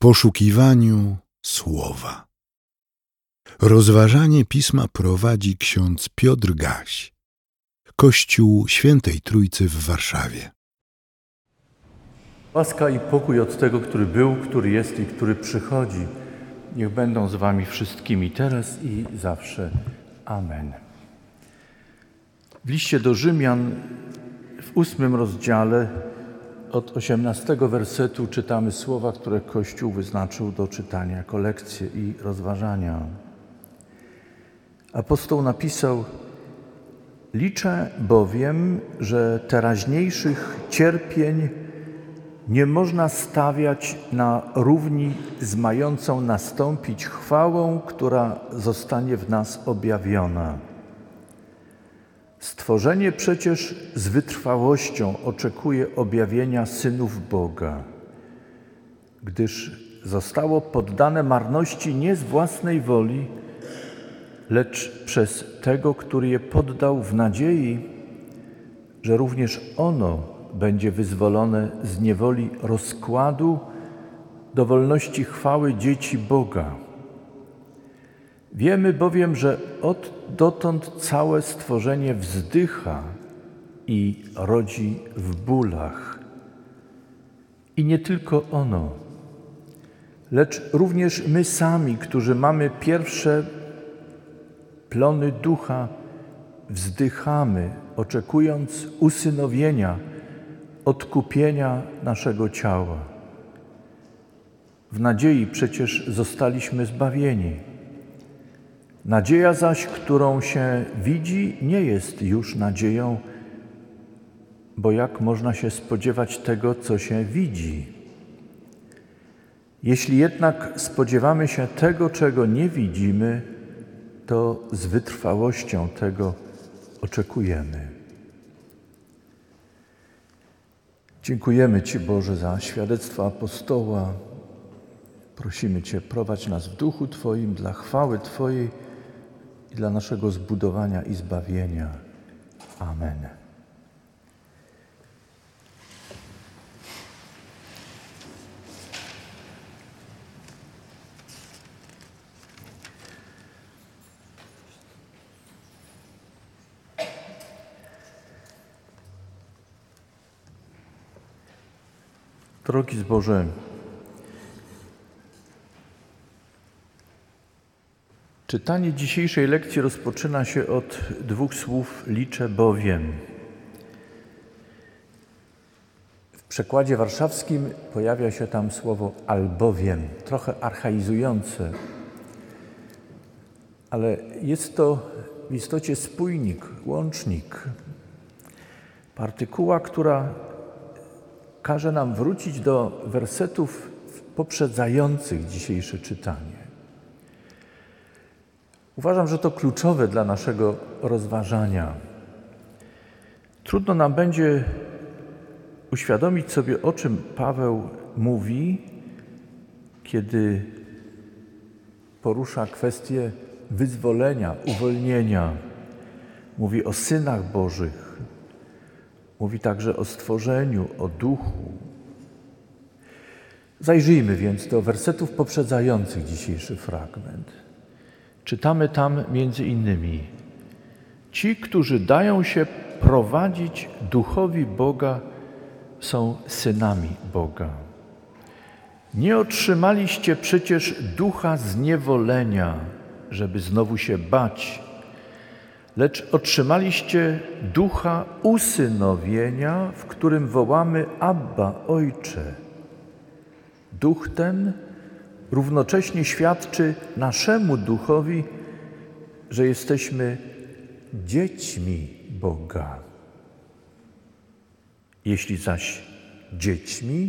poszukiwaniu słowa. Rozważanie Pisma prowadzi ksiądz Piotr Gaś, Kościół Świętej Trójcy w Warszawie. Łaska i pokój od tego, który był, który jest i który przychodzi, niech będą z wami wszystkimi teraz i zawsze. Amen. W liście do Rzymian w 8 rozdziale od 18 wersetu czytamy słowa, które Kościół wyznaczył do czytania jako lekcje i rozważania. Apostoł napisał: liczę bowiem, że teraźniejszych cierpień nie można stawiać na równi z mającą nastąpić chwałą, która zostanie w nas objawiona. Stworzenie przecież z wytrwałością oczekuje objawienia synów Boga, gdyż zostało poddane marności nie z własnej woli, lecz przez tego, który je poddał w nadziei, że również ono będzie wyzwolone z niewoli rozkładu do wolności chwały dzieci Boga. Wiemy bowiem, że dotąd całe stworzenie wzdycha i rodzi w bólach. I nie tylko ono, lecz również my sami, którzy mamy pierwsze plony ducha, wzdychamy, oczekując usynowienia, odkupienia naszego ciała. W nadziei przecież zostaliśmy zbawieni. Nadzieja zaś, którą się widzi, nie jest już nadzieją, bo jak można się spodziewać tego, co się widzi? Jeśli jednak spodziewamy się tego, czego nie widzimy, to z wytrwałością tego oczekujemy. Dziękujemy Ci, Boże, za świadectwo apostoła. Prosimy Cię, prowadź nas w duchu Twoim dla chwały Twojej i dla naszego zbudowania i zbawienia. Amen. Drogi zborze, czytanie dzisiejszej lekcji rozpoczyna się od 2 słów liczę bowiem. W przekładzie warszawskim pojawia się tam słowo albowiem, trochę archaizujące, ale jest to w istocie spójnik, łącznik, partykuła, która każe nam wrócić do wersetów poprzedzających dzisiejsze czytanie. Uważam, że to kluczowe dla naszego rozważania. Trudno nam będzie uświadomić sobie, o czym Paweł mówi, kiedy porusza kwestię wyzwolenia, uwolnienia. Mówi o synach Bożych. Mówi także o stworzeniu, o duchu. Zajrzyjmy więc do wersetów poprzedzających dzisiejszy fragment. Czytamy tam między innymi: ci, którzy dają się prowadzić duchowi Boga, są synami Boga. Nie otrzymaliście przecież ducha zniewolenia, żeby znowu się bać, lecz otrzymaliście ducha usynowienia, w którym wołamy Abba, Ojcze. Duch ten równocześnie świadczy naszemu duchowi, że jesteśmy dziećmi Boga. Jeśli zaś dziećmi,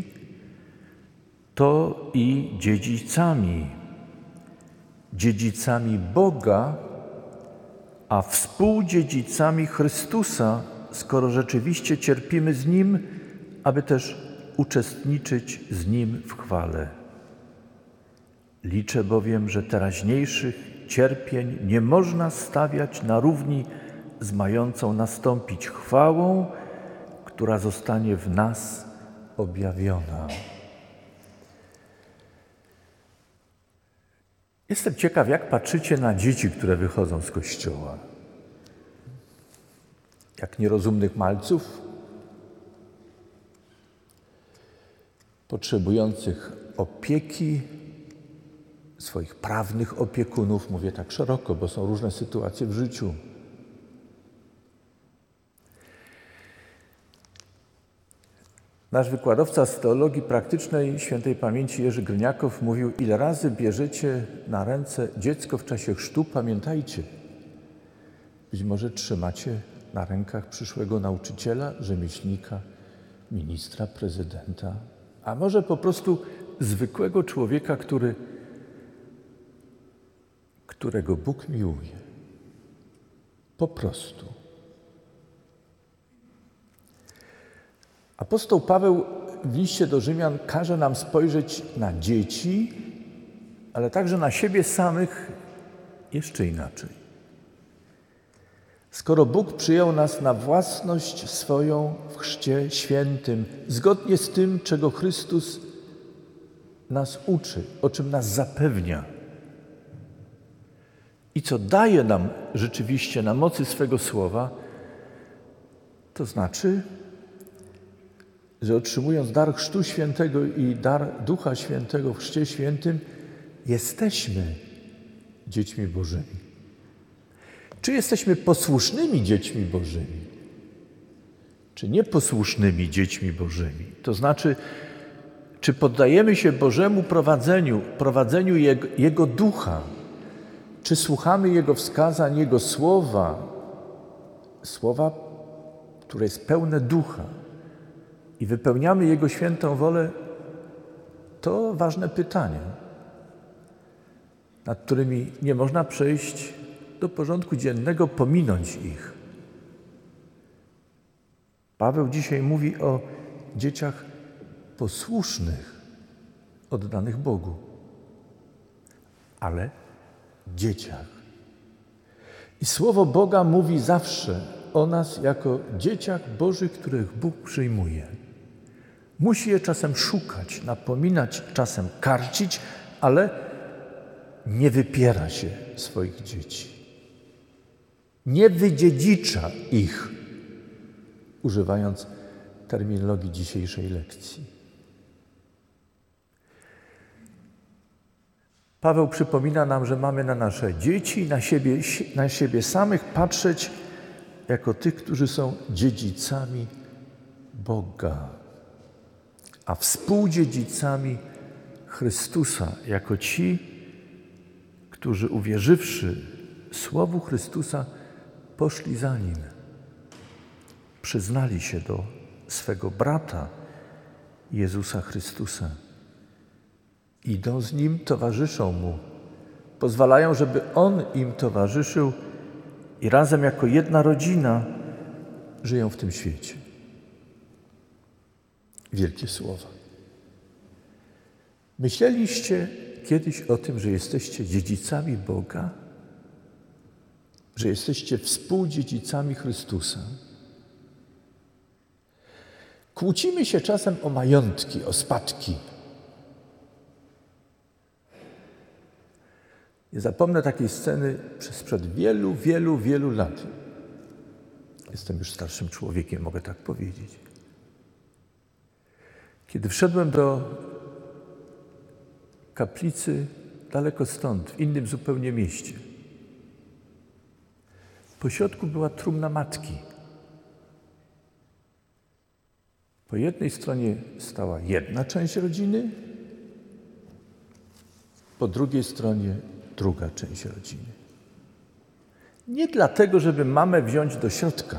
to i dziedzicami. Dziedzicami Boga, a współdziedzicami Chrystusa, skoro rzeczywiście cierpimy z Nim, aby też uczestniczyć z Nim w chwale. Liczę bowiem, że teraźniejszych cierpień nie można stawiać na równi z mającą nastąpić chwałą, która zostanie w nas objawiona. Jestem ciekaw, jak patrzycie na dzieci, które wychodzą z kościoła. Jak nierozumnych malców, potrzebujących opieki, swoich prawnych opiekunów. Mówię tak szeroko, bo są różne sytuacje w życiu. Nasz wykładowca z teologii praktycznej świętej pamięci Jerzy Gryniakow mówił: ile razy bierzecie na ręce dziecko w czasie chrztu, pamiętajcie, być może trzymacie na rękach przyszłego nauczyciela, rzemieślnika, ministra, prezydenta, a może po prostu zwykłego człowieka, którego Bóg miłuje. Po prostu. Apostoł Paweł w liście do Rzymian każe nam spojrzeć na dzieci, ale także na siebie samych jeszcze inaczej. Skoro Bóg przyjął nas na własność swoją w Chrzcie Świętym, zgodnie z tym, czego Chrystus nas uczy, o czym nas zapewnia i co daje nam rzeczywiście na mocy swego słowa, to znaczy, że otrzymując dar Chrztu Świętego i dar Ducha Świętego w Chrzcie Świętym, jesteśmy dziećmi Bożymi. Czy jesteśmy posłusznymi dziećmi Bożymi, czy nieposłusznymi dziećmi Bożymi? To znaczy, czy poddajemy się Bożemu prowadzeniu Jego Ducha, czy słuchamy Jego wskazań, Jego słowa, które jest pełne Ducha, i wypełniamy Jego świętą wolę? To ważne pytania, nad którymi nie można przejść do porządku dziennego, pominąć ich. Paweł dzisiaj mówi o dzieciach posłusznych, oddanych Bogu, ale dzieciach. I Słowo Boga mówi zawsze o nas jako dzieciach Bożych, których Bóg przyjmuje. Musi je czasem szukać, napominać, czasem karcić, ale nie wypiera się swoich dzieci. Nie wydziedzicza ich, używając terminologii dzisiejszej lekcji. Paweł przypomina nam, że mamy na nasze dzieci, na siebie samych patrzeć jako tych, którzy są dziedzicami Boga, a współdziedzicami Chrystusa, jako ci, którzy uwierzywszy Słowu Chrystusa, poszli za Nim. Przyznali się do swego brata Jezusa Chrystusa. Idą z Nim, towarzyszą Mu. Pozwalają, żeby On im towarzyszył i razem jako jedna rodzina żyją w tym świecie. Wielkie słowa. Myśleliście kiedyś o tym, że jesteście dziedzicami Boga? Że jesteście współdziedzicami Chrystusa? Kłócimy się czasem o majątki, o spadki. Nie zapomnę takiej sceny sprzed wielu, wielu, wielu lat. Jestem już starszym człowiekiem, mogę tak powiedzieć. Kiedy wszedłem do kaplicy daleko stąd, w innym zupełnie mieście, po środku była trumna matki. Po jednej stronie stała jedna część rodziny, po drugiej stronie druga część rodziny. Nie dlatego, żeby mamę wziąć do środka,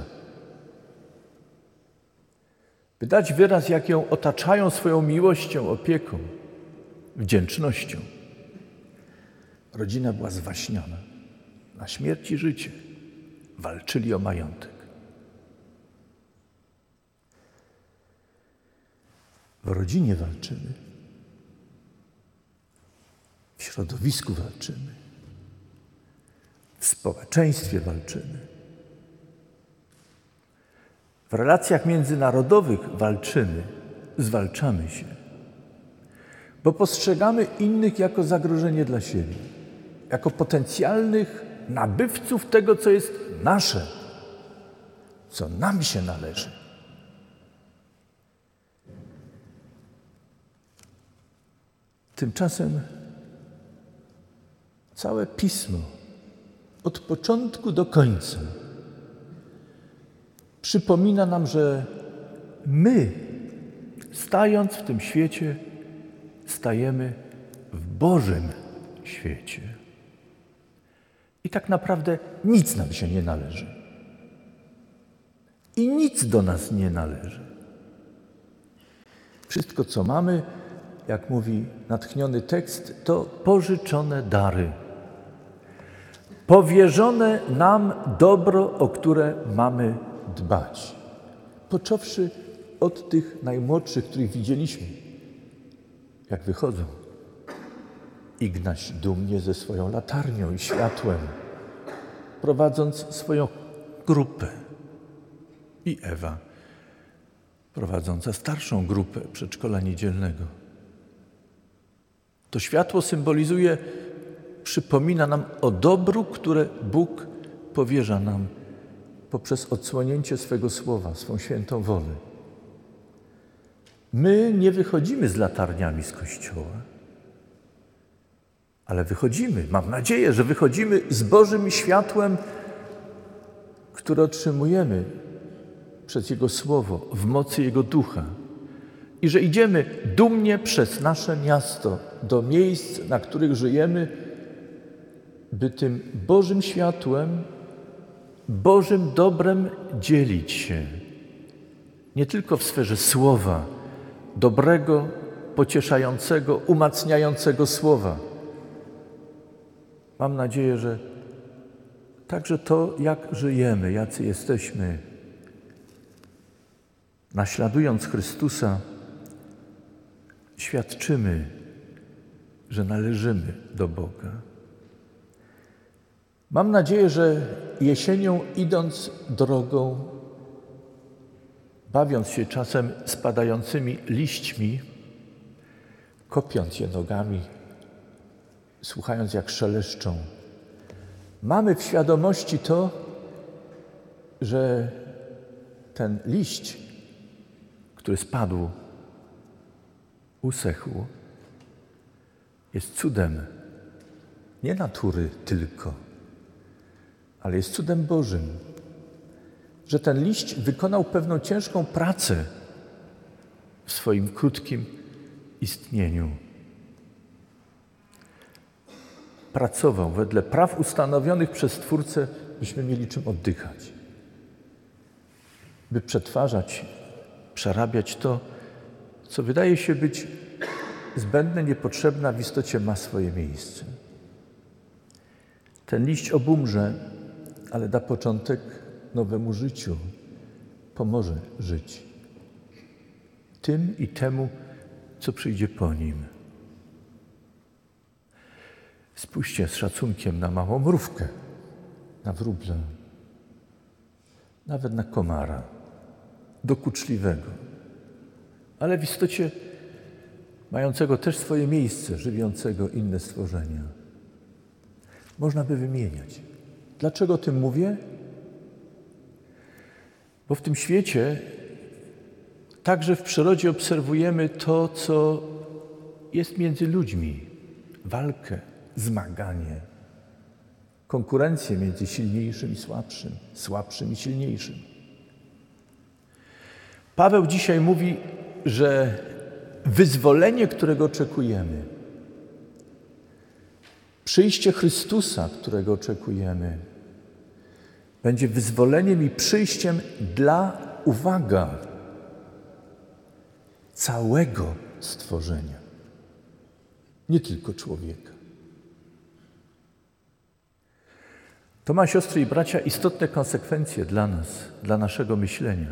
by dać wyraz, jak ją otaczają swoją miłością, opieką, wdzięcznością. Rodzina była zwaśniona. Na śmierć i życie walczyli o majątek. W rodzinie walczymy. W środowisku walczymy. W społeczeństwie walczymy. W relacjach międzynarodowych walczymy, zwalczamy się, bo postrzegamy innych jako zagrożenie dla siebie. jako potencjalnych nabywców tego, co jest nasze, co nam się należy. Tymczasem całe Pismo od początku do końca przypomina nam, że my, stając w tym świecie, stajemy w Bożym świecie. I tak naprawdę nic nam się nie należy. I nic do nas nie należy. Wszystko, co mamy, jak mówi natchniony tekst, to pożyczone dary. Powierzone nam dobro, o które mamy dbać. Począwszy od tych najmłodszych, których widzieliśmy, jak wychodzą. Ignaś dumnie ze swoją latarnią i światłem, prowadząc swoją grupę. I Ewa, prowadząca starszą grupę przedszkola niedzielnego. To światło symbolizuje, przypomina nam o dobru, które Bóg powierza nam poprzez odsłonięcie swego słowa, swą świętą wolę. My nie wychodzimy z latarniami z kościoła, ale wychodzimy, mam nadzieję, że wychodzimy z Bożym światłem, które otrzymujemy przez Jego Słowo, w mocy Jego Ducha. I że idziemy dumnie przez nasze miasto, do miejsc, na których żyjemy, by tym Bożym światłem, Bożym dobrem dzielić się. Nie tylko w sferze słowa, dobrego, pocieszającego, umacniającego słowa. Mam nadzieję, że także to, jak żyjemy, jacy jesteśmy, naśladując Chrystusa, świadczymy, że należymy do Boga. Mam nadzieję, że jesienią idąc drogą, bawiąc się czasem spadającymi liśćmi, kopiąc je nogami, słuchając jak szeleszczą, mamy w świadomości to, że ten liść, który spadł, usechł, jest cudem nie natury tylko, ale jest cudem Bożym, że ten liść wykonał pewną ciężką pracę w swoim krótkim istnieniu. Pracował wedle praw ustanowionych przez Stwórcę, byśmy mieli czym oddychać, by przetwarzać, przerabiać to, co wydaje się być zbędne, niepotrzebne, a w istocie ma swoje miejsce. Ten liść obumrze, ale da początek nowemu życiu, pomoże żyć tym i temu, co przyjdzie po nim. Spójrzcie z szacunkiem na małą mrówkę, na wróbla, nawet na komara, dokuczliwego, ale w istocie mającego też swoje miejsce, żywiącego inne stworzenia. Można by wymieniać. Dlaczego o tym mówię? Bo w tym świecie, także w przyrodzie obserwujemy to, co jest między ludźmi. Walkę, zmaganie, konkurencję między silniejszym i słabszym, słabszym i silniejszym. Paweł dzisiaj mówi, że wyzwolenie, którego oczekujemy, przyjście Chrystusa, którego oczekujemy, będzie wyzwoleniem i przyjściem dla, uwaga, całego stworzenia, nie tylko człowieka. To ma, siostry i bracia, istotne konsekwencje dla nas, dla naszego myślenia.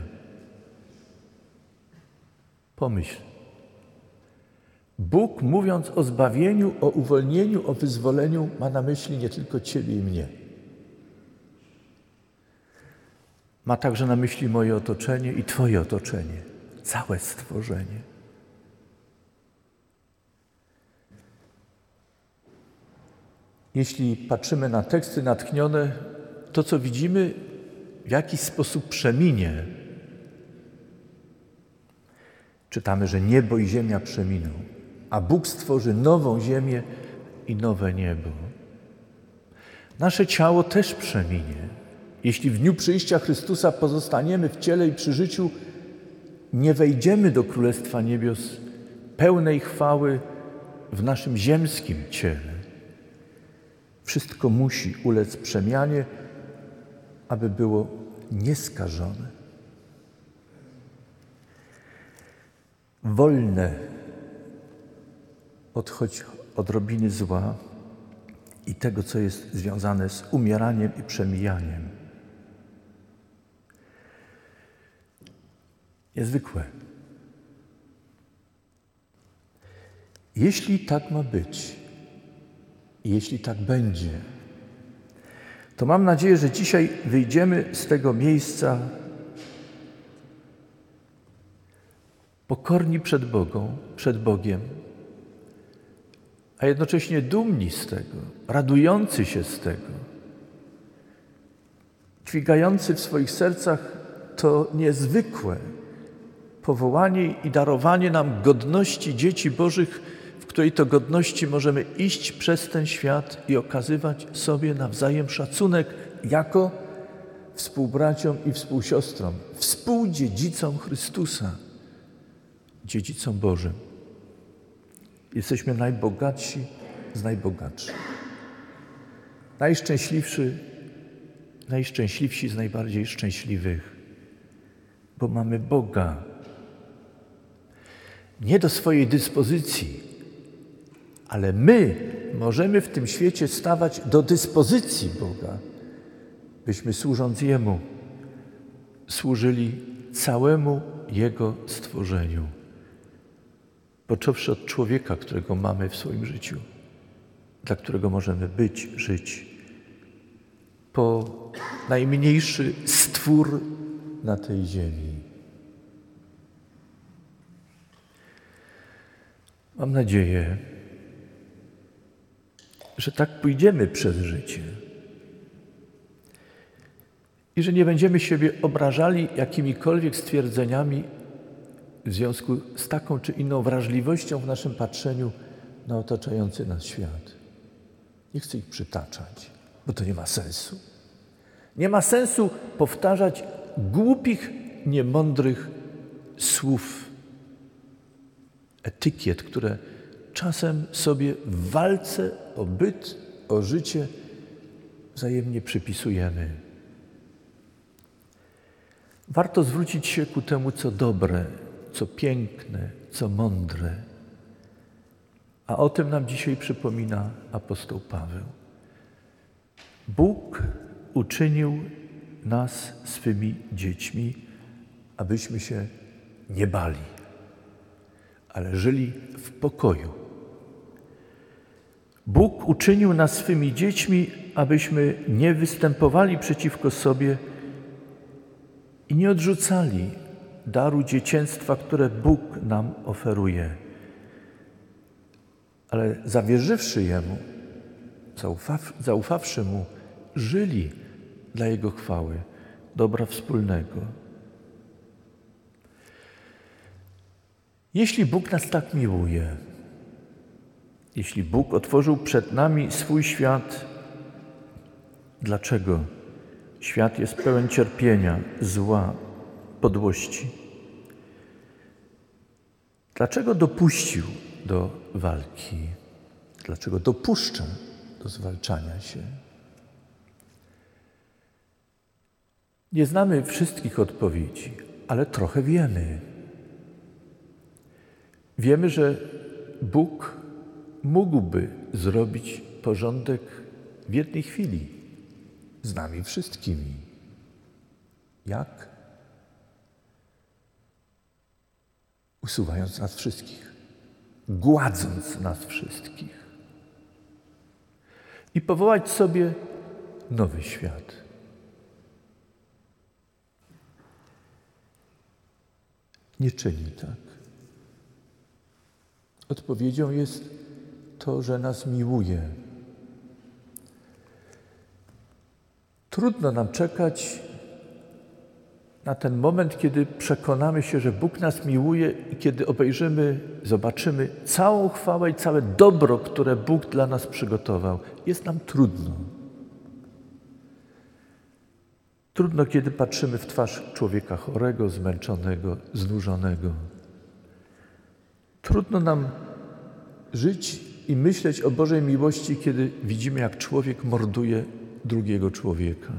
Pomyśl. Bóg, mówiąc o zbawieniu, o uwolnieniu, o wyzwoleniu, ma na myśli nie tylko Ciebie i mnie. Ma także na myśli moje otoczenie i Twoje otoczenie, całe stworzenie. Jeśli patrzymy na teksty natchnione, to co widzimy w jakiś sposób przeminie. Czytamy, że niebo i ziemia przeminą, a Bóg stworzy nową ziemię i nowe niebo. Nasze ciało też przeminie. Jeśli w dniu przyjścia Chrystusa pozostaniemy w ciele i przy życiu, nie wejdziemy do Królestwa Niebios pełnej chwały w naszym ziemskim ciele. Wszystko musi ulec przemianie, aby było nieskażone. Wolne od choć odrobiny zła i tego, co jest związane z umieraniem i przemijaniem. Niezwykłe. Jeśli tak ma być, jeśli tak będzie, to mam nadzieję, że dzisiaj wyjdziemy z tego miejsca pokorni przed Bogiem, a jednocześnie dumni z tego, radujący się z tego, dźwigający w swoich sercach to niezwykłe powołanie i darowanie nam godności dzieci Bożych, w której to godności możemy iść przez ten świat i okazywać sobie nawzajem szacunek jako współbraciom i współsiostrom, współdziedzicom Chrystusa, dziedzicom Bożym. Jesteśmy najbogatsi z najbogatszych. Najszczęśliwsi z najbardziej szczęśliwych, bo mamy Boga. Nie do swojej dyspozycji, ale my możemy w tym świecie stawać do dyspozycji Boga, byśmy służąc Jemu służyli całemu Jego stworzeniu. Począwszy od człowieka, którego mamy w swoim życiu, dla którego możemy być, żyć, po najmniejszy stwór na tej ziemi. Mam nadzieję, że tak pójdziemy przez życie i że nie będziemy siebie obrażali jakimikolwiek stwierdzeniami w związku z taką czy inną wrażliwością w naszym patrzeniu na otaczający nas świat. Nie chcę ich przytaczać, bo to nie ma sensu. Nie ma sensu powtarzać głupich, niemądrych słów, etykiet, które czasem sobie w walce o byt, o życie wzajemnie przypisujemy. Warto zwrócić się ku temu, co dobre, co piękne, co mądre. A o tym nam dzisiaj przypomina apostoł Paweł. Bóg uczynił nas swymi dziećmi, abyśmy się nie bali, ale żyli w pokoju. Bóg uczynił nas swymi dziećmi, abyśmy nie występowali przeciwko sobie i nie odrzucali daru dzieciństwa, które Bóg nam oferuje. Ale zawierzywszy Jemu, zaufawszy Mu, żyli dla Jego chwały, dobra wspólnego. Jeśli Bóg nas tak miłuje, jeśli Bóg otworzył przed nami swój świat, dlaczego świat jest pełen cierpienia, zła, podłości? Dlaczego dopuścił do walki? Dlaczego dopuszcza do zwalczania się? Nie znamy wszystkich odpowiedzi, ale trochę wiemy. Wiemy, że Bóg mógłby zrobić porządek w jednej chwili z nami wszystkimi. Jak? Usuwając nas wszystkich, gładząc nas wszystkich i powołać sobie nowy świat. Nie czyni tak. Odpowiedzią jest to, że nas miłuje. Trudno nam czekać na ten moment, kiedy przekonamy się, że Bóg nas miłuje i kiedy obejrzymy, zobaczymy całą chwałę i całe dobro, które Bóg dla nas przygotował. Jest nam trudno. Trudno, kiedy patrzymy w twarz człowieka chorego, zmęczonego, znużonego. Trudno nam żyć i myśleć o Bożej miłości, kiedy widzimy, jak człowiek morduje drugiego człowieka.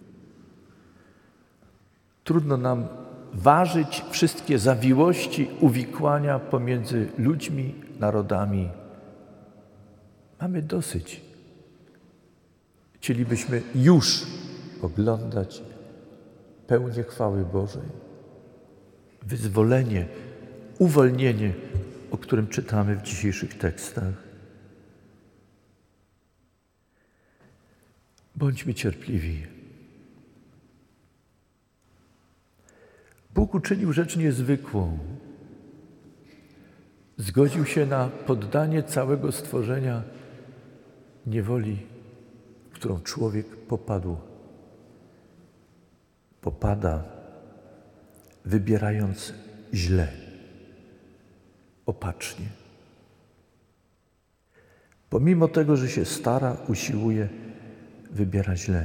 Trudno nam ważyć wszystkie zawiłości, uwikłania pomiędzy ludźmi, narodami. Mamy dosyć. Chcielibyśmy już oglądać pełnię chwały Bożej, wyzwolenie, uwolnienie, o którym czytamy w dzisiejszych tekstach. Bądźmy cierpliwi. Bóg uczynił rzecz niezwykłą. Zgodził się na poddanie całego stworzenia niewoli, w którą człowiek popadł. Popada, wybierając źle, opacznie. Pomimo tego, że się stara, usiłuje, wybiera źle.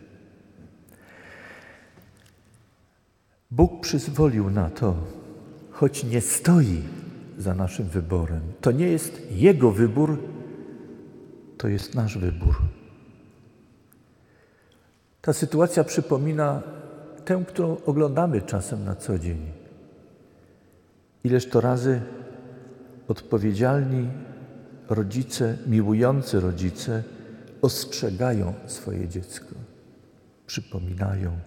Bóg przyzwolił na to, choć nie stoi za naszym wyborem. To nie jest Jego wybór, to jest nasz wybór. Ta sytuacja przypomina tę, którą oglądamy czasem na co dzień. Ileż to razy odpowiedzialni rodzice, miłujący rodzice ostrzegają swoje dziecko, przypominają,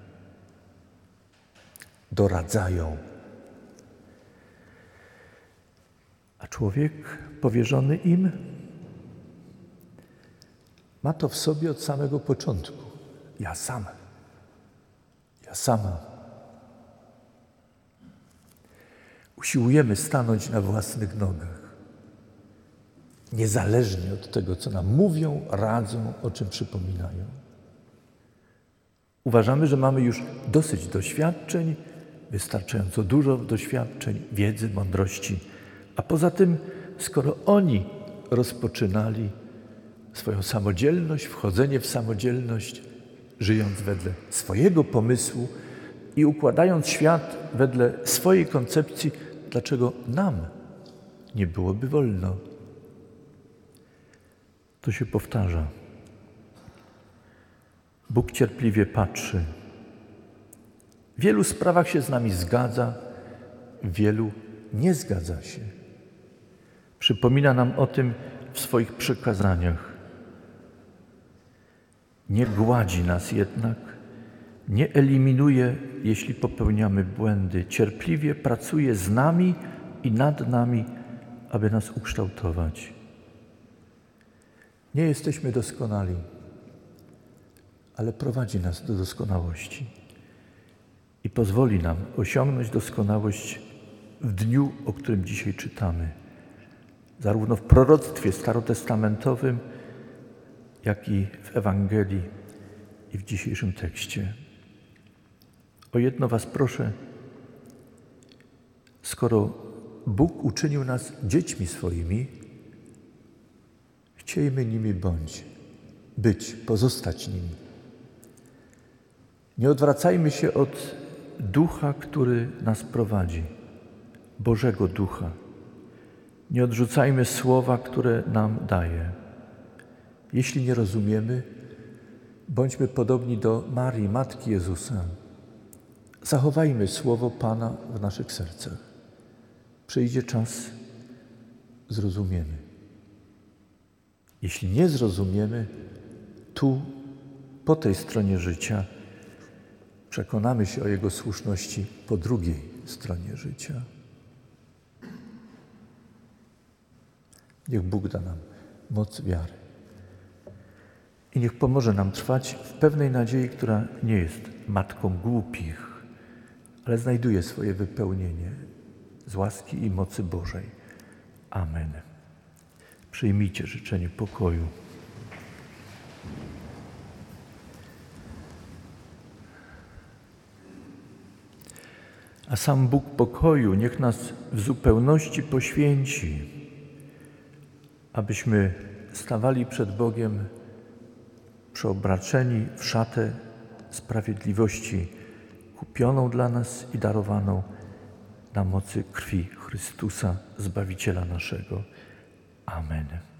doradzają. A człowiek powierzony im ma to w sobie od samego początku. Ja sama. Usiłujemy stanąć na własnych nogach. Niezależnie od tego, co nam mówią, radzą, o czym przypominają. Uważamy, że mamy już dosyć doświadczeń, wystarczająco dużo doświadczeń, wiedzy, mądrości. A poza tym, skoro oni rozpoczynali swoją samodzielność, wchodzenie w samodzielność, żyjąc wedle swojego pomysłu i układając świat wedle swojej koncepcji, dlaczego nam nie byłoby wolno? To się powtarza. Bóg cierpliwie patrzy. W wielu sprawach się z nami zgadza, w wielu nie zgadza się. Przypomina nam o tym w swoich przykazaniach. Nie gładzi nas jednak, nie eliminuje, jeśli popełniamy błędy. Cierpliwie pracuje z nami i nad nami, aby nas ukształtować. Nie jesteśmy doskonali, ale prowadzi nas do doskonałości i pozwoli nam osiągnąć doskonałość w dniu, o którym dzisiaj czytamy. Zarówno w proroctwie starotestamentowym, jak i w Ewangelii i w dzisiejszym tekście. O jedno was proszę, skoro Bóg uczynił nas dziećmi swoimi, chciejmy nimi być, pozostać nimi. Nie odwracajmy się od Ducha, który nas prowadzi, Bożego Ducha. Nie odrzucajmy słowa, które nam daje. Jeśli nie rozumiemy, bądźmy podobni do Marii, Matki Jezusa. Zachowajmy słowo Pana w naszych sercach. Przyjdzie czas, zrozumiemy. Jeśli nie zrozumiemy, tu, po tej stronie życia, przekonamy się o Jego słuszności po drugiej stronie życia. Niech Bóg da nam moc wiary. I niech pomoże nam trwać w pewnej nadziei, która nie jest matką głupich, ale znajduje swoje wypełnienie z łaski i mocy Bożej. Amen. Przyjmijcie życzenie pokoju. A sam Bóg pokoju niech nas w zupełności poświęci, abyśmy stawali przed Bogiem przeobraczeni w szatę sprawiedliwości, kupioną dla nas i darowaną na mocy krwi Chrystusa, Zbawiciela naszego. Amen.